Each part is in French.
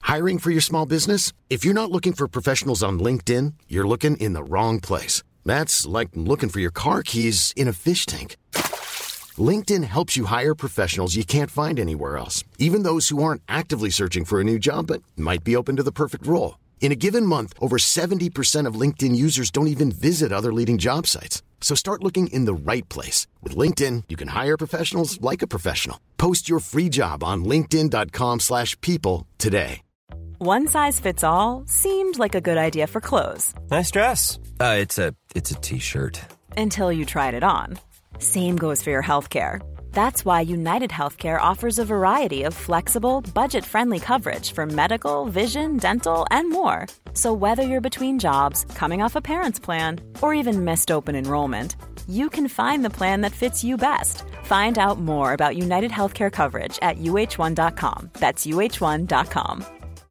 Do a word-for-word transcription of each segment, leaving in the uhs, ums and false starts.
Hiring for your small business? If you're not looking for professionals on LinkedIn, you're looking in the wrong place. That's like looking for your car keys in a fish tank. LinkedIn helps you hire professionals you can't find anywhere else, even those who aren't actively searching for a new job but might be open to the perfect role. In a given month, over seventy percent of LinkedIn users don't even visit other leading job sites. So start looking in the right place. With LinkedIn, you can hire professionals like a professional. Post your free job on linkedin.com slash people today. One size fits all seemed like a good idea for clothes. Nice dress. Uh, it's a it's a t-shirt. Until you tried it on. Same goes for your healthcare. That's why United Healthcare offers a variety of flexible, budget-friendly coverage for medical, vision, dental, and more. So whether you're between jobs, coming off a parent's plan, or even missed open enrollment, you can find the plan that fits you best. Find out more about United Healthcare coverage at U H one dot com. That's U H one dot com.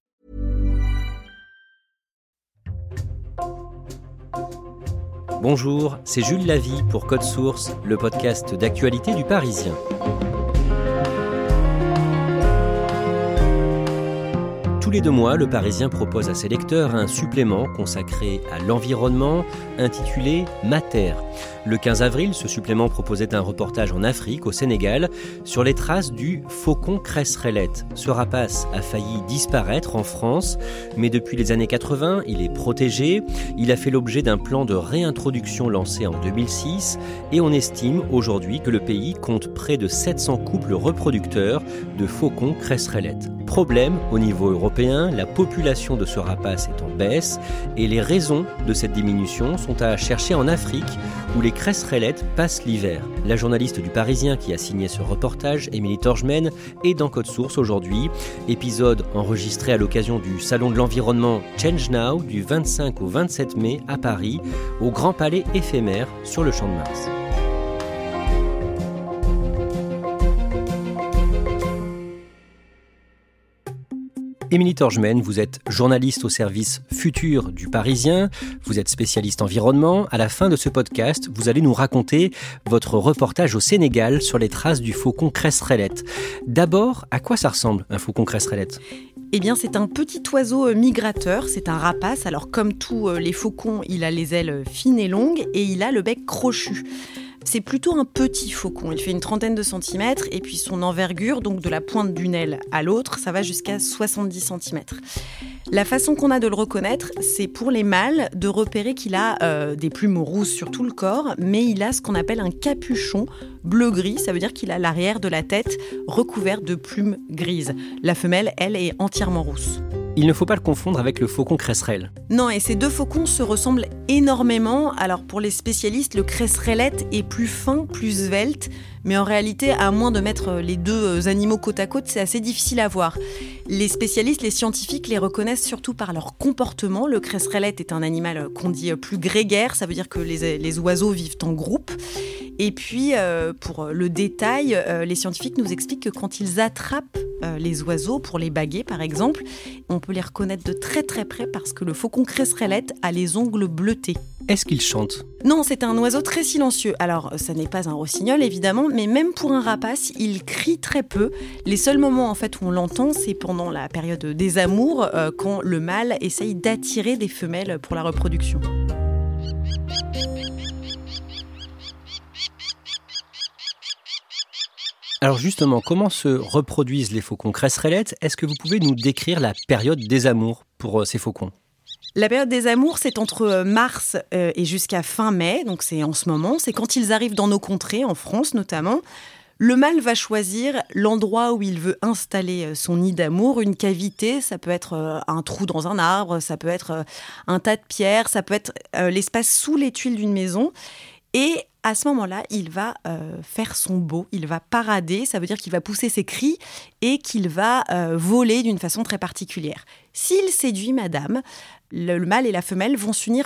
Bonjour, c'est Jules Lavie pour Code Source, le podcast d'actualité du Parisien. Tous les deux mois, le Parisien propose à ses lecteurs un supplément consacré à l'environnement intitulé Mater. Le quinze avril, ce supplément proposait un reportage en Afrique, au Sénégal, sur les traces du faucon cresserellette. Ce rapace a failli disparaître en France, mais depuis les années quatre-vingts, il est protégé. Il a fait l'objet d'un plan de réintroduction lancé en deux mille six et on estime aujourd'hui que le pays compte près de sept cents couples reproducteurs de faucons cresserellette. Problème, au niveau européen, la population de ce rapace est en baisse et les raisons de cette diminution sont à chercher en Afrique où les cresserellettes passent l'hiver. La journaliste du Parisien qui a signé ce reportage, Émilie Torgemène, est dans Code Source aujourd'hui. Épisode enregistré à l'occasion du Salon de l'Environnement Change Now du vingt-cinq au vingt-sept mai à Paris, au Grand Palais éphémère sur le Champ de Mars. Émilie Torgemène, vous êtes journaliste au service Futur du Parisien, vous êtes spécialiste environnement. À la fin de ce podcast, vous allez nous raconter votre reportage au Sénégal sur les traces du faucon cresserellette. D'abord, à quoi ça ressemble un faucon cresserellette ? Eh bien, c'est un petit oiseau migrateur, c'est un rapace. Alors, comme tous les faucons, il a les ailes fines et longues et il a le bec crochu. C'est plutôt un petit faucon, il fait une trentaine de centimètres et puis son envergure, donc de la pointe d'une aile à l'autre, ça va jusqu'à soixante-dix centimètres. La façon qu'on a de le reconnaître, c'est pour les mâles de repérer qu'il a euh, des plumes rousses sur tout le corps, mais il a ce qu'on appelle un capuchon bleu-gris, ça veut dire qu'il a l'arrière de la tête recouvert de plumes grises. La femelle, elle, est entièrement rousse. Il ne faut pas le confondre avec le faucon cresserelle. Non, et ces deux faucons se ressemblent énormément. Alors pour les spécialistes, le cresserellette est plus fin, plus svelte, mais en réalité, à moins de mettre les deux animaux côte à côte, c'est assez difficile à voir. Les spécialistes, les scientifiques les reconnaissent surtout par leur comportement. Le cresserellette est un animal qu'on dit plus grégaire, ça veut dire que les, les oiseaux vivent en groupe. Et puis, euh, pour le détail, euh, les scientifiques nous expliquent que quand ils attrapent euh, les oiseaux, pour les baguer par exemple, on peut les reconnaître de très très près parce que le faucon cresserellette a les ongles bleutés. Est-ce qu'il chante ? Non, c'est un oiseau très silencieux. Alors, ça n'est pas un rossignol évidemment, mais même pour un rapace, il crie très peu. Les seuls moments en fait où on l'entend, c'est pendant la période des amours, euh, quand le mâle essaye d'attirer des femelles pour la reproduction. Alors justement, comment se reproduisent les faucons cresserellettes ? Est-ce que vous pouvez nous décrire la période des amours pour ces faucons ? La période des amours, c'est entre mars et jusqu'à fin mai, donc c'est en ce moment. C'est quand ils arrivent dans nos contrées, en France notamment. Le mâle va choisir l'endroit où il veut installer son nid d'amour, une cavité, ça peut être un trou dans un arbre, ça peut être un tas de pierres, ça peut être l'espace sous les tuiles d'une maison. Et à ce moment-là, il va euh, faire son beau, il va parader, ça veut dire qu'il va pousser ses cris et qu'il va euh, voler d'une façon très particulière. S'il séduit madame, le, le mâle et la femelle vont s'unir pour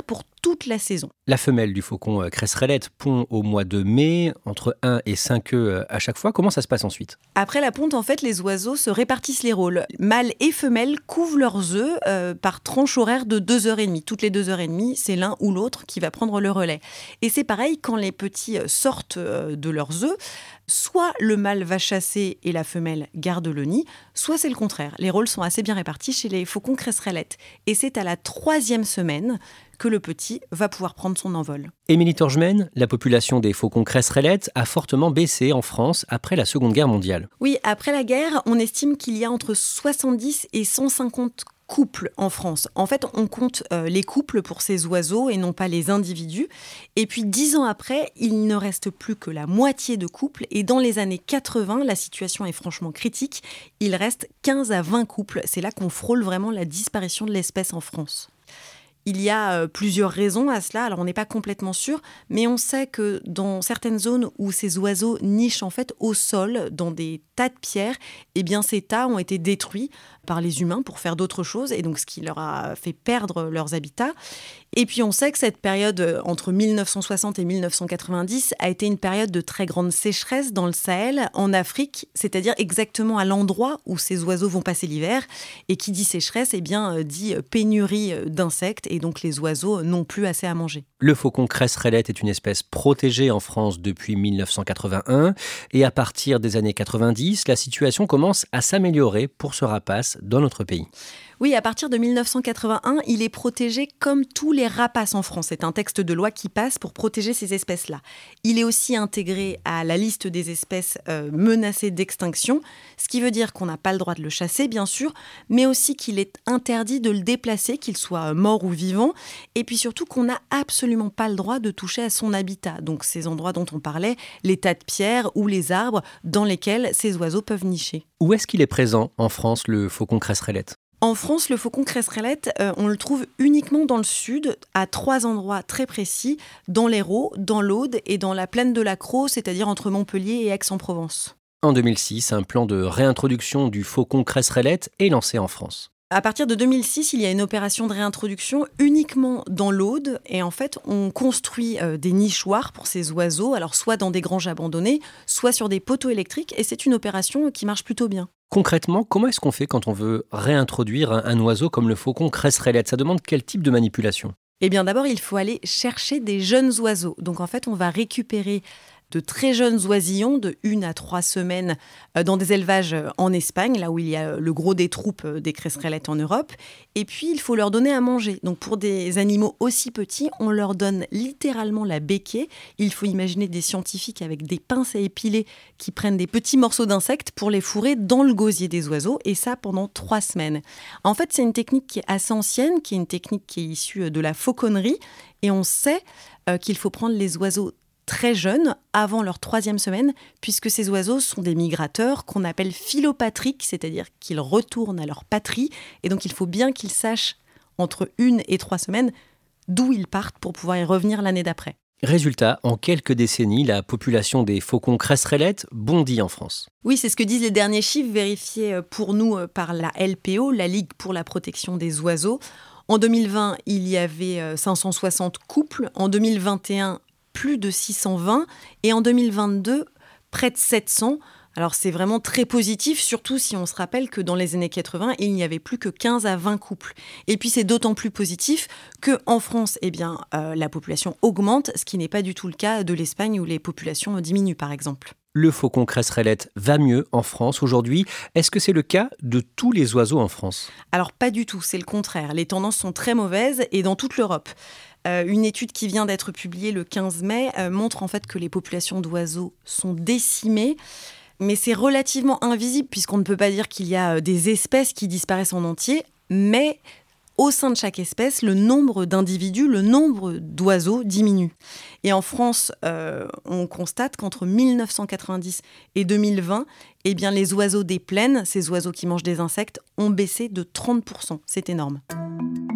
toute la saison. La femelle du faucon cresserellette pond au mois de mai, entre un et cinq œufs à chaque fois. Comment ça se passe ensuite ? Après la ponte, en fait, les oiseaux se répartissent les rôles. Mâles et femelles couvent leurs œufs euh, par tranche horaire de deux heures trente. Toutes les deux heures trente, c'est l'un ou l'autre qui va prendre le relais. Et c'est pareil, quand les petits sortent de leurs œufs, soit le mâle va chasser et la femelle garde le nid, soit c'est le contraire. Les rôles sont assez bien répartis chez les faucons cresserellettes. Et c'est à la troisième semaine que le petit va pouvoir prendre son envol. Émilie Torgemène, la population des faucons cresserellettes a fortement baissé en France après la Seconde Guerre mondiale. Oui, après la guerre, on estime qu'il y a entre soixante-dix et cent cinquante couples en France. En fait, on compte euh, les couples pour ces oiseaux et non pas les individus. Et puis, dix ans après, il ne reste plus que la moitié de couples. Et dans les années quatre-vingts, la situation est franchement critique. Il reste quinze à vingt couples. C'est là qu'on frôle vraiment la disparition de l'espèce en France. Il y a euh, plusieurs raisons à cela, alors on n'est pas complètement sûr, mais on sait que dans certaines zones où ces oiseaux nichent en fait au sol, dans des tas de pierres, eh bien ces tas ont été détruits par les humains pour faire d'autres choses, et donc ce qui leur a fait perdre leurs habitats. Et puis on sait que cette période entre mille neuf cent soixante et mille neuf cent quatre-vingt-dix a été une période de très grande sécheresse dans le Sahel, en Afrique, c'est-à-dire exactement à l'endroit où ces oiseaux vont passer l'hiver. Et qui dit sécheresse, eh bien dit pénurie d'insectes, et donc les oiseaux n'ont plus assez à manger. Le faucon cresserellette est une espèce protégée en France depuis mille neuf cent quatre-vingt-un, et à partir des années quatre-vingt-dix, la situation commence à s'améliorer pour ce rapace dans notre pays. Oui, à partir de mille neuf cent quatre-vingt-un, il est protégé comme tous les rapaces en France. C'est un texte de loi qui passe pour protéger ces espèces-là. Il est aussi intégré à la liste des espèces euh, menacées d'extinction, ce qui veut dire qu'on n'a pas le droit de le chasser, bien sûr, mais aussi qu'il est interdit de le déplacer, qu'il soit mort ou vivant, et puis surtout qu'on n'a absolument pas le droit de toucher à son habitat. Donc ces endroits dont on parlait, les tas de pierres ou les arbres dans lesquels ces oiseaux peuvent nicher. Où est-ce qu'il est présent en France, le faucon cresserellette ? En France, le faucon cresserellette, euh, on le trouve uniquement dans le sud, à trois endroits très précis, dans l'Hérault, dans l'Aude et dans la plaine de la Crau, c'est-à-dire entre Montpellier et Aix-en-Provence. En deux mille six, un plan de réintroduction du faucon cresserellette est lancé en France. À partir de deux mille six, il y a une opération de réintroduction uniquement dans l'Aude. Et en fait, on construit euh, des nichoirs pour ces oiseaux, alors soit dans des granges abandonnées, soit sur des poteaux électriques. Et c'est une opération qui marche plutôt bien. Concrètement, comment est-ce qu'on fait quand on veut réintroduire un, un oiseau comme le faucon cresserellette ? Ça demande quel type de manipulation ? Eh bien d'abord, il faut aller chercher des jeunes oiseaux. Donc en fait, on va récupérer de très jeunes oisillons de une à trois semaines dans des élevages en Espagne, là où il y a le gros des troupes des cresserellettes en Europe. Et puis, il faut leur donner à manger. Donc, pour des animaux aussi petits, on leur donne littéralement la béquée. Il faut imaginer des scientifiques avec des pinces à épiler qui prennent des petits morceaux d'insectes pour les fourrer dans le gosier des oiseaux, et ça pendant trois semaines. En fait, c'est une technique qui est assez ancienne, qui est une technique qui est issue de la fauconnerie, et on sait euh, qu'il faut prendre les oiseaux très jeunes, avant leur troisième semaine, puisque ces oiseaux sont des migrateurs qu'on appelle philopatriques, c'est-à-dire qu'ils retournent à leur patrie, et donc il faut bien qu'ils sachent, entre une et trois semaines, d'où ils partent pour pouvoir y revenir l'année d'après. Résultat, en quelques décennies, la population des faucons cresserellettes bondit en France. Oui, c'est ce que disent les derniers chiffres vérifiés pour nous par la L P O, la Ligue pour la protection des oiseaux. En deux mille vingt, il y avait cinq cent soixante couples. En deux mille vingt et un, plus de six cent vingt, et en deux mille vingt-deux, près de sept cents. Alors c'est vraiment très positif, surtout si on se rappelle que dans les années quatre-vingts, il n'y avait plus que quinze à vingt couples. Et puis c'est d'autant plus positif qu'en France, eh bien, euh, la population augmente, ce qui n'est pas du tout le cas de l'Espagne où les populations diminuent par exemple. Le faucon cresserellette va mieux en France aujourd'hui. Est-ce que c'est le cas de tous les oiseaux en France ? Alors pas du tout, c'est le contraire. Les tendances sont très mauvaises et dans toute l'Europe. Euh, une étude qui vient d'être publiée le quinze mai euh, montre en fait que les populations d'oiseaux sont décimées. Mais c'est relativement invisible puisqu'on ne peut pas dire qu'il y a des espèces qui disparaissent en entier, mais au sein de chaque espèce, le nombre d'individus, le nombre d'oiseaux diminue. Et en France, euh, on constate qu'entre mille neuf cent quatre-vingt-dix et deux mille vingt, eh bien, les oiseaux des plaines, ces oiseaux qui mangent des insectes, ont baissé de trente pour cent. C'est énorme.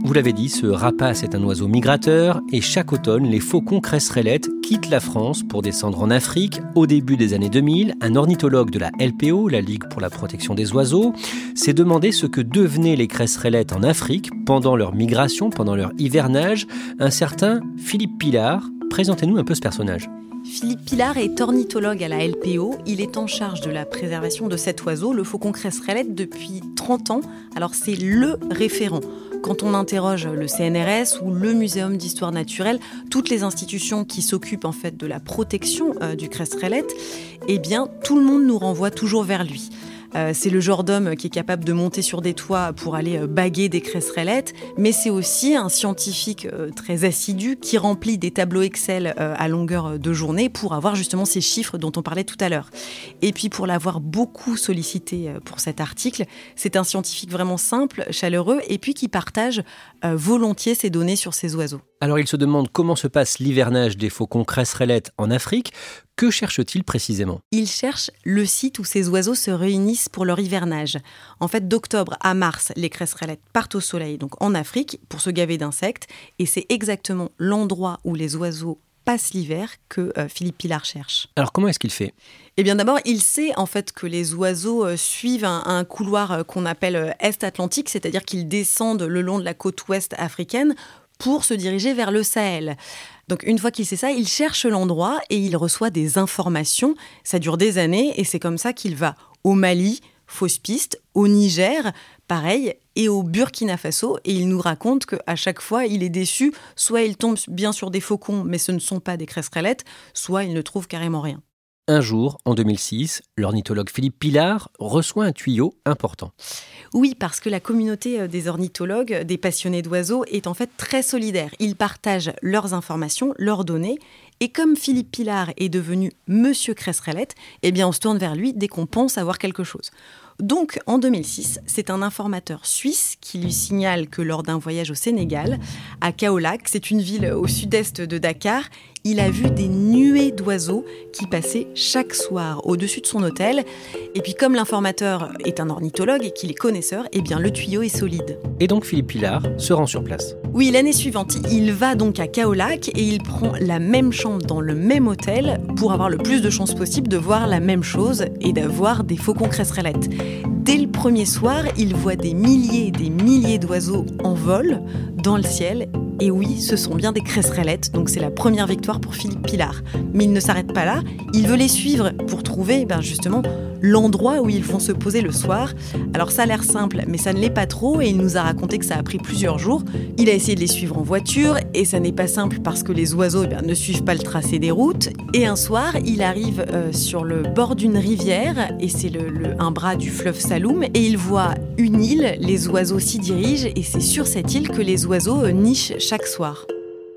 Vous l'avez dit, ce rapace est un oiseau migrateur et chaque automne, les faucons cresserellettes quittent la France pour descendre en Afrique. Au début des années deux mille, un ornithologue de la L P O, la Ligue pour la protection des oiseaux, s'est demandé ce que devenaient les cresserellettes en Afrique pendant leur migration, pendant leur hivernage. Un certain Philippe Pilard. Présentez-nous un peu ce personnage. Philippe Pilard est ornithologue à la L P O. Il est en charge de la préservation de cet oiseau, le faucon cresserellette, depuis trente ans. Alors c'est le référent. Quand on interroge le C N R S ou le Muséum d'histoire naturelle, toutes les institutions qui s'occupent en fait de la protection euh, du cresserellette, eh bien tout le monde nous renvoie toujours vers lui. Euh, c'est le genre d'homme qui est capable de monter sur des toits pour aller euh, baguer des cresserellettes, mais c'est aussi un scientifique euh, très assidu qui remplit des tableaux Excel euh, à longueur de journée pour avoir justement ces chiffres dont on parlait tout à l'heure. Et puis pour l'avoir beaucoup sollicité euh, pour cet article, c'est un scientifique vraiment simple, chaleureux, et puis qui partage euh, volontiers ses données sur ces oiseaux. Alors il se demande comment se passe l'hivernage des faucons cresserellettes en Afrique. Que cherche-t-il précisément ? Il cherche le site où ces oiseaux se réunissent pour leur hivernage. En fait, d'octobre à mars, les cresserellettes partent au soleil, donc en Afrique, pour se gaver d'insectes. Et c'est exactement l'endroit où les oiseaux passent l'hiver que euh, Philippe Pilard cherche. Alors comment est-ce qu'il fait ? Eh bien d'abord, il sait en fait que les oiseaux euh, suivent un, un couloir euh, qu'on appelle euh, Est-Atlantique, c'est-à-dire qu'ils descendent le long de la côte ouest africaine pour se diriger vers le Sahel. Donc une fois qu'il sait ça, il cherche l'endroit et il reçoit des informations. Ça dure des années et c'est comme ça qu'il va au Mali, fausse piste, au Niger, pareil, et au Burkina Faso. Et il nous raconte qu'à chaque fois, il est déçu. Soit il tombe bien sur des faucons, mais ce ne sont pas des cresserellettes, soit il ne trouve carrément rien. Un jour, en deux mille six, l'ornithologue Philippe Pilard reçoit un tuyau important. Oui, parce que la communauté des ornithologues, des passionnés d'oiseaux, est en fait très solidaire. Ils partagent leurs informations, leurs données. Et comme Philippe Pilard est devenu Monsieur Cresserellette, eh bien on se tourne vers lui dès qu'on pense avoir quelque chose. Donc, en deux mille six, c'est un informateur suisse qui lui signale que lors d'un voyage au Sénégal, à Kaolack, c'est une ville au sud-est de Dakar, il a vu des nuées d'oiseaux qui passaient chaque soir au-dessus de son hôtel. Et puis, comme l'informateur est un ornithologue et qu'il est connaisseur, eh bien le tuyau est solide. Et donc Philippe Pilard se rend sur place. Oui, l'année suivante, il va donc à Kaolack et il prend la même chambre dans le même hôtel pour avoir le plus de chances possible de voir la même chose et d'avoir des faucons cresserellettes. Dès le premier soir, il voit des milliers et des milliers d'oiseaux en vol dans le ciel. Et oui, ce sont bien des cresserellettes, donc c'est la première victoire pour Philippe Pilard. Mais il ne s'arrête pas là, il veut les suivre pour trouver ben justement l'endroit où ils vont se poser le soir. Alors ça a l'air simple, mais ça ne l'est pas trop et il nous a raconté que ça a pris plusieurs jours. Il a essayé de les suivre en voiture et ça n'est pas simple parce que les oiseaux eh bien, ne suivent pas le tracé des routes. Et un soir, il arrive euh, sur le bord d'une rivière et c'est le, le, un bras du fleuve Saloum et il voit une île, les oiseaux s'y dirigent et c'est sur cette île que les oiseaux euh, nichent chaque soir.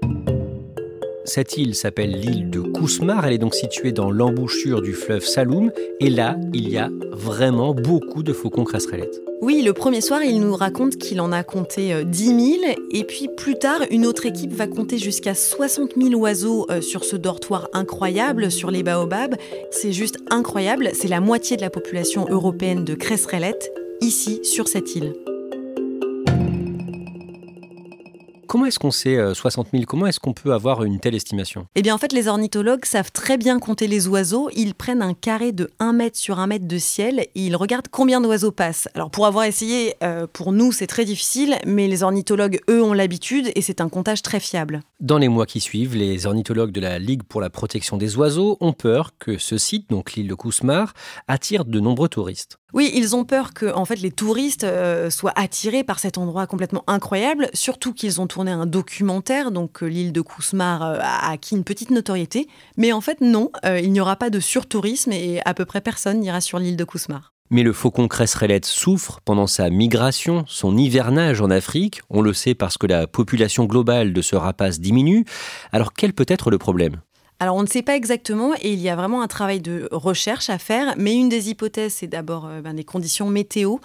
Cette île s'appelle l'île de Kousmar, elle est donc située dans l'embouchure du fleuve Saloum et là, il y a vraiment beaucoup de faucons cresserellettes. Oui, le premier soir, il nous raconte qu'il en a compté dix mille et puis plus tard, une autre équipe va compter jusqu'à soixante mille oiseaux sur ce dortoir incroyable, sur les baobabs. C'est juste incroyable, c'est la moitié de la population européenne de cresserellettes ici, sur cette île. Comment est-ce qu'on sait euh, soixante mille ? Comment est-ce qu'on peut avoir une telle estimation ? Eh bien, en fait, les ornithologues savent très bien compter les oiseaux. Ils prennent un carré de un mètre sur un mètre de ciel et ils regardent combien d'oiseaux passent. Alors, pour avoir essayé, euh, pour nous, c'est très difficile, mais les ornithologues, eux, ont l'habitude et c'est un comptage très fiable. Dans les mois qui suivent, les ornithologues de la Ligue pour la protection des oiseaux ont peur que ce site, donc l'île de Kousmar, attire de nombreux touristes. Oui, ils ont peur que en fait, les touristes euh, soient attirés par cet endroit complètement incroyable, surtout qu'ils ont tourné un documentaire, donc euh, l'île de Kousmar euh, a acquis une petite notoriété. Mais en fait, non, euh, il n'y aura pas de surtourisme et à peu près personne n'ira sur l'île de Kousmar. Mais le faucon cresserellette souffre pendant sa migration, son hivernage en Afrique. On le sait parce que la population globale de ce rapace diminue. Alors quel peut être le problème ? Alors on ne sait pas exactement et il y a vraiment un travail de recherche à faire, mais une des hypothèses, c'est d'abord euh, ben, des conditions météo.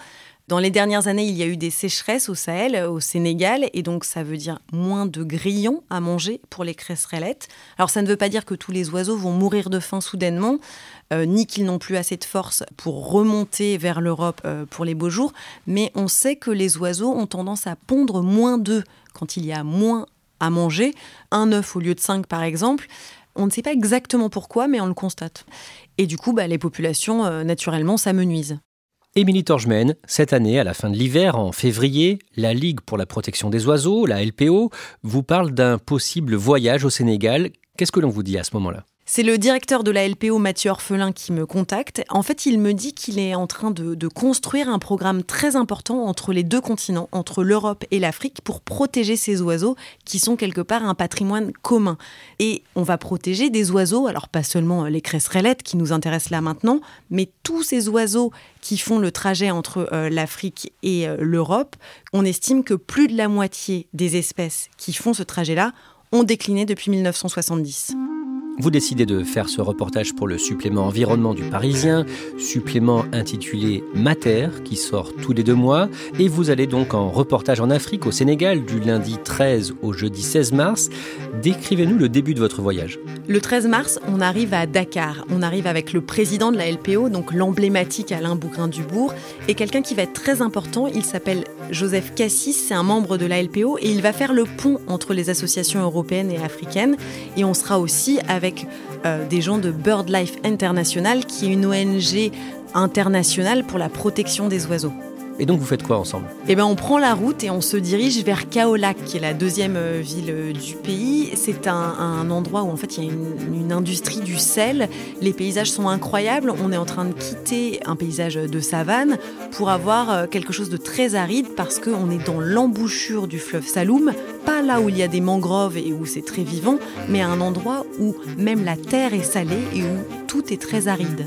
Dans les dernières années, il y a eu des sécheresses au Sahel, au Sénégal, et donc ça veut dire moins de grillons à manger pour les cresserellettes. Alors ça ne veut pas dire que tous les oiseaux vont mourir de faim soudainement, euh, ni qu'ils n'ont plus assez de force pour remonter vers l'Europe euh, pour les beaux jours, mais on sait que les oiseaux ont tendance à pondre moins d'œufs quand il y a moins à manger, un œuf au lieu de cinq par exemple. On ne sait pas exactement pourquoi, mais on le constate. Et du coup, bah, les populations, euh, naturellement, s'amenuisent. Émilie Torgemène, cette année, à la fin de l'hiver, en février, la Ligue pour la protection des oiseaux, la L P O, vous parle d'un possible voyage au Sénégal. Qu'est-ce que l'on vous dit à ce moment-là ? C'est le directeur de la L P O, Mathieu Orphelin, qui me contacte. En fait, il me dit qu'il est en train de, de construire un programme très important entre les deux continents, entre l'Europe et l'Afrique, pour protéger ces oiseaux qui sont quelque part un patrimoine commun. Et on va protéger des oiseaux, alors pas seulement les cresserellettes qui nous intéressent là maintenant, mais tous ces oiseaux qui font le trajet entre euh, l'Afrique et euh, l'Europe. On estime que plus de la moitié des espèces qui font ce trajet-là ont décliné depuis dix-neuf cent soixante-dix. Vous décidez de faire ce reportage pour le supplément environnement du Parisien, supplément intitulé Mater, qui sort tous les deux mois. Et vous allez donc en reportage en Afrique, au Sénégal, du lundi treize au jeudi seize mars. Décrivez-nous le début de votre voyage. Le treize mars, on arrive à Dakar. On arrive avec le président de la L P O, donc l'emblématique Alain Bougrain-Dubourg, et quelqu'un qui va être très important. Il s'appelle Joseph Cassis, c'est un membre de la L P O, et il va faire le pont entre les associations européennes et africaines. Et on sera aussi avec avec euh, des gens de BirdLife International, qui est une O N G internationale pour la protection des oiseaux. Et donc vous faites quoi ensemble ? Eh ben, on prend la route et on se dirige vers Kaolack, qui est la deuxième ville du pays. C'est un, un endroit où en fait il y a une, une industrie du sel. Les paysages sont incroyables. On est en train de quitter un paysage de savane pour avoir quelque chose de très aride, parce qu'on est dans l'embouchure du fleuve Saloum, pas là où il y a des mangroves et où c'est très vivant, mais à un endroit où même la terre est salée et où tout est très aride.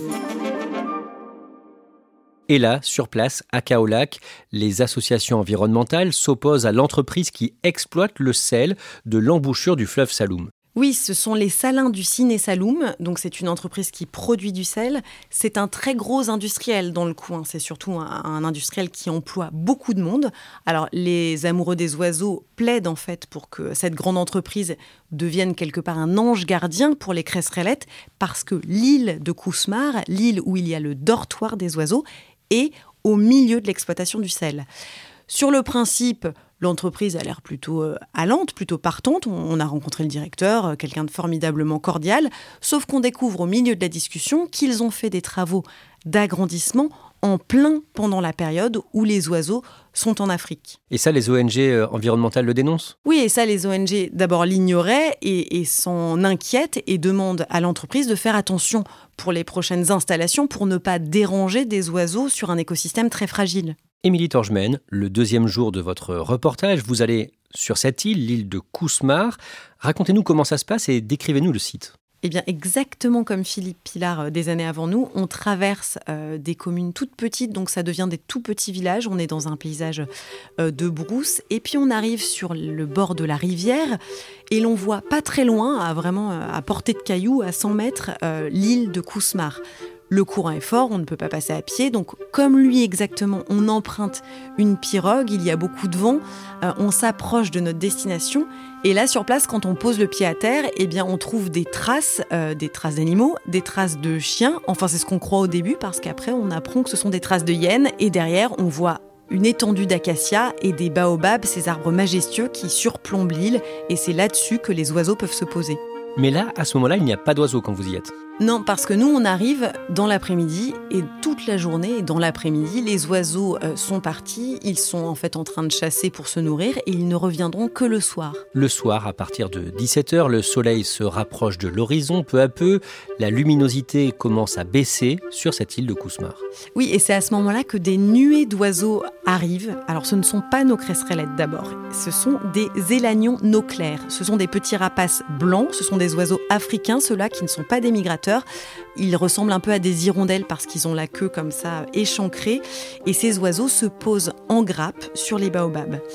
Et là, sur place, à Kaolack, les associations environnementales s'opposent à l'entreprise qui exploite le sel de l'embouchure du fleuve Saloum. Oui, ce sont les salins du Ciné Saloum, donc c'est une entreprise qui produit du sel. C'est un très gros industriel dans le coin, c'est surtout un, un industriel qui emploie beaucoup de monde. Alors les amoureux des oiseaux plaident en fait pour que cette grande entreprise devienne quelque part un ange gardien pour les cresserellettes, parce que l'île de Kousmar, l'île où il y a le dortoir des oiseaux, est au milieu de l'exploitation du sel. Sur le principe, l'entreprise a l'air plutôt euh, allante, plutôt partante. On, on a rencontré le directeur, euh, quelqu'un de formidablement cordial. Sauf qu'on découvre au milieu de la discussion qu'ils ont fait des travaux d'agrandissement en plein pendant la période où les oiseaux sont en Afrique. Et ça, les O N G euh, environnementales le dénoncent ? Oui, et ça, les O N G d'abord l'ignoraient et, et s'en inquiètent et demandent à l'entreprise de faire attention pour les prochaines installations pour ne pas déranger des oiseaux sur un écosystème très fragile. Émilie Torgemène, le deuxième jour de votre reportage, vous allez sur cette île, l'île de Kousmar. Racontez-nous comment ça se passe et décrivez-nous le site. Eh bien, exactement comme Philippe Pillard euh, des années avant nous, on traverse euh, des communes toutes petites, donc ça devient des tout petits villages. On est dans un paysage euh, de brousse, et puis on arrive sur le bord de la rivière, et l'on voit pas très loin, à vraiment euh, à portée de cailloux, à cent mètres, euh, l'île de Kousmar. Le courant est fort, on ne peut pas passer à pied, donc comme lui exactement, on emprunte une pirogue, il y a beaucoup de vent, euh, on s'approche de notre destination, et là sur place, quand on pose le pied à terre, eh bien on trouve des traces, euh, des traces d'animaux, des traces de chiens, enfin c'est ce qu'on croit au début, parce qu'après on apprend que ce sont des traces de hyènes, et derrière on voit une étendue d'acacias et des baobabs, ces arbres majestueux qui surplombent l'île, et c'est là-dessus que les oiseaux peuvent se poser. Mais là, à ce moment-là, il n'y a pas d'oiseaux quand vous y êtes. Non, parce que nous, on arrive dans l'après-midi et toute la journée, dans l'après-midi, les oiseaux euh, sont partis. Ils sont en fait en train de chasser pour se nourrir et ils ne reviendront que le soir. Le soir, à partir de dix-sept heures, le soleil se rapproche de l'horizon peu à peu. La luminosité commence à baisser sur cette île de Kousmar. Oui, et c'est à ce moment-là que des nuées d'oiseaux arrivent. Alors, ce ne sont pas nos cresserellettes d'abord. Ce sont des élanions noclaires. Ce sont des petits rapaces blancs. Ce sont des oiseaux africains, ceux-là qui ne sont pas des migrateurs. Ils ressemblent un peu à des hirondelles parce qu'ils ont la queue comme ça échancrée. Et ces oiseaux se posent en grappe sur les baobabs.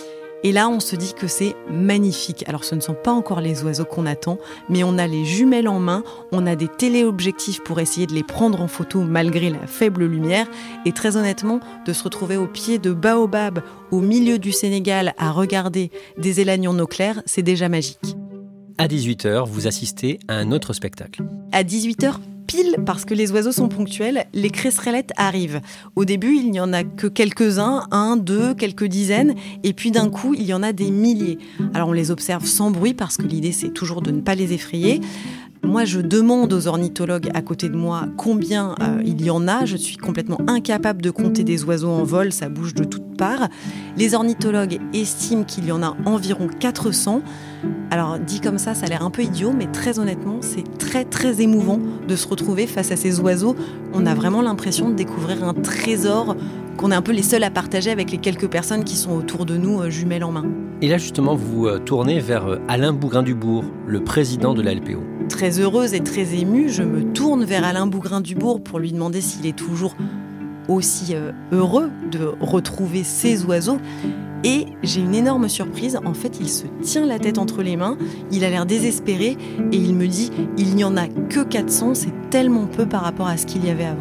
Et là, on se dit que c'est magnifique. Alors, ce ne sont pas encore les oiseaux qu'on attend, mais on a les jumelles en main, on a des téléobjectifs pour essayer de les prendre en photo malgré la faible lumière. Et très honnêtement, de se retrouver au pied de baobab, au milieu du Sénégal, à regarder des élagnons au clair, c'est déjà magique. À dix-huit heures, vous assistez à un autre spectacle. À dix-huit heures, pile, parce que les oiseaux sont ponctuels, les cresserellettes arrivent. Au début, il n'y en a que quelques-uns, un, deux, quelques dizaines, et puis d'un coup, il y en a des milliers. Alors on les observe sans bruit, parce que l'idée, c'est toujours de ne pas les effrayer. Moi, je demande aux ornithologues à côté de moi combien euh, il y en a. Je suis complètement incapable de compter des oiseaux en vol, ça bouge de toutes parts. Les ornithologues estiment qu'il y en a environ quatre cents. Alors, dit comme ça, ça a l'air un peu idiot, mais très honnêtement, c'est très très émouvant de se retrouver face à ces oiseaux. On a vraiment l'impression de découvrir un trésor qu'on est un peu les seuls à partager avec les quelques personnes qui sont autour de nous, jumelles en main. Et là, justement, vous vous tournez vers Alain Bougrain-Dubourg, le président de la L P O. Très heureuse et très émue, je me tourne vers Alain Bougrain-Dubourg pour lui demander s'il est toujours aussi heureux de retrouver ces oiseaux. Et j'ai une énorme surprise, en fait il se tient la tête entre les mains, il a l'air désespéré et il me dit « il n'y en a que quatre cents, c'est tellement peu par rapport à ce qu'il y avait avant ».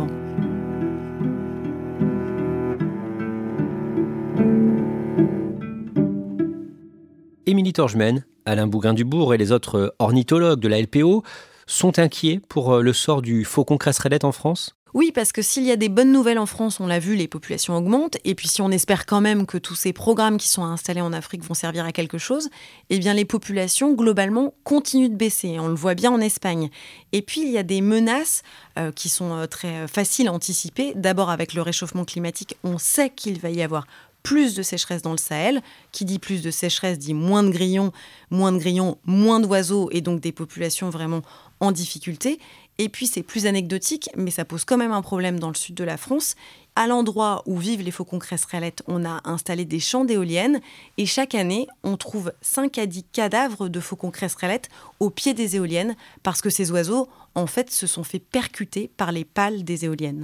Émilie Torgemène, Alain Bougrain-Dubourg et les autres ornithologues de la L P O sont inquiets pour le sort du faucon cresserellette en France ? Oui, parce que s'il y a des bonnes nouvelles en France, on l'a vu, les populations augmentent. Et puis si on espère quand même que tous ces programmes qui sont installés en Afrique vont servir à quelque chose, eh bien les populations, globalement, continuent de baisser. On le voit bien en Espagne. Et puis il y a des menaces euh, qui sont euh, très faciles à anticiper. D'abord, avec le réchauffement climatique, on sait qu'il va y avoir plus de sécheresse dans le Sahel. Qui dit plus de sécheresse dit moins de grillons, moins de grillons, moins d'oiseaux et donc des populations vraiment en difficulté. Et puis c'est plus anecdotique, mais ça pose quand même un problème dans le sud de la France. À l'endroit où vivent les faucons cresserellettes, on a installé des champs d'éoliennes et chaque année, on trouve cinq à dix cadavres de faucons cresserellettes au pied des éoliennes parce que ces oiseaux, en fait, se sont fait percuter par les pales des éoliennes.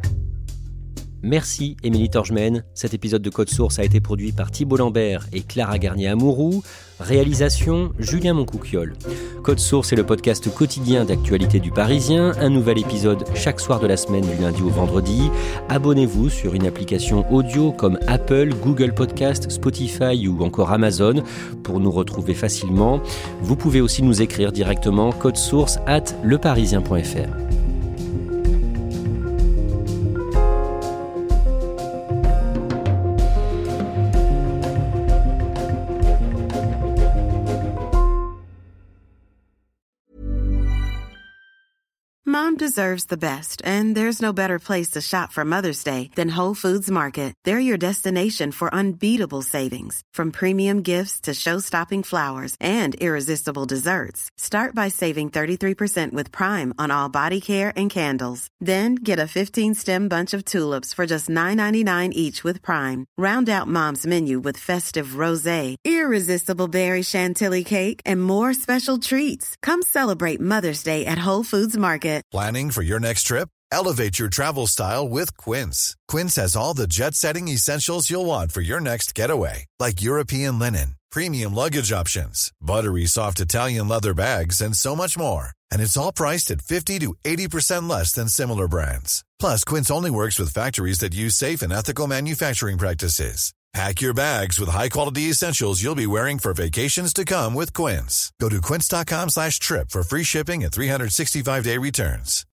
Merci Émilie Torgemène. Cet épisode de Code Source a été produit par Thibault Lambert et Clara Garnier-Amouroux. Réalisation Julien Moncouquiol. Code Source est le podcast quotidien d'actualité du Parisien. Un nouvel épisode chaque soir de la semaine du lundi au vendredi. Abonnez-vous sur une application audio comme Apple, Google Podcast, Spotify ou encore Amazon pour nous retrouver facilement. Vous pouvez aussi nous écrire directement codesource arobase leparisien point fr. Mom deserves the best, and there's no better place to shop for Mother's Day than Whole Foods Market. They're your destination for unbeatable savings, from premium gifts to show-stopping flowers and irresistible desserts. Start by saving thirty-three percent with Prime on all body care and candles. Then get a fifteen-stem bunch of tulips for just nine ninety-nine each with Prime. Round out Mom's menu with festive rosé, irresistible berry chantilly cake, and more special treats. Come celebrate Mother's Day at Whole Foods Market. Planning for your next trip? Elevate your travel style with Quince. Quince has all the jet-setting essentials you'll want for your next getaway, like European linen, premium luggage options, buttery soft Italian leather bags, and so much more. And it's all priced at fifty to eighty percent less than similar brands. Plus, Quince only works with factories that use safe and ethical manufacturing practices. Pack your bags with high-quality essentials you'll be wearing for vacations to come with Quince. Go to quince.com slash trip for free shipping and three sixty-five day returns.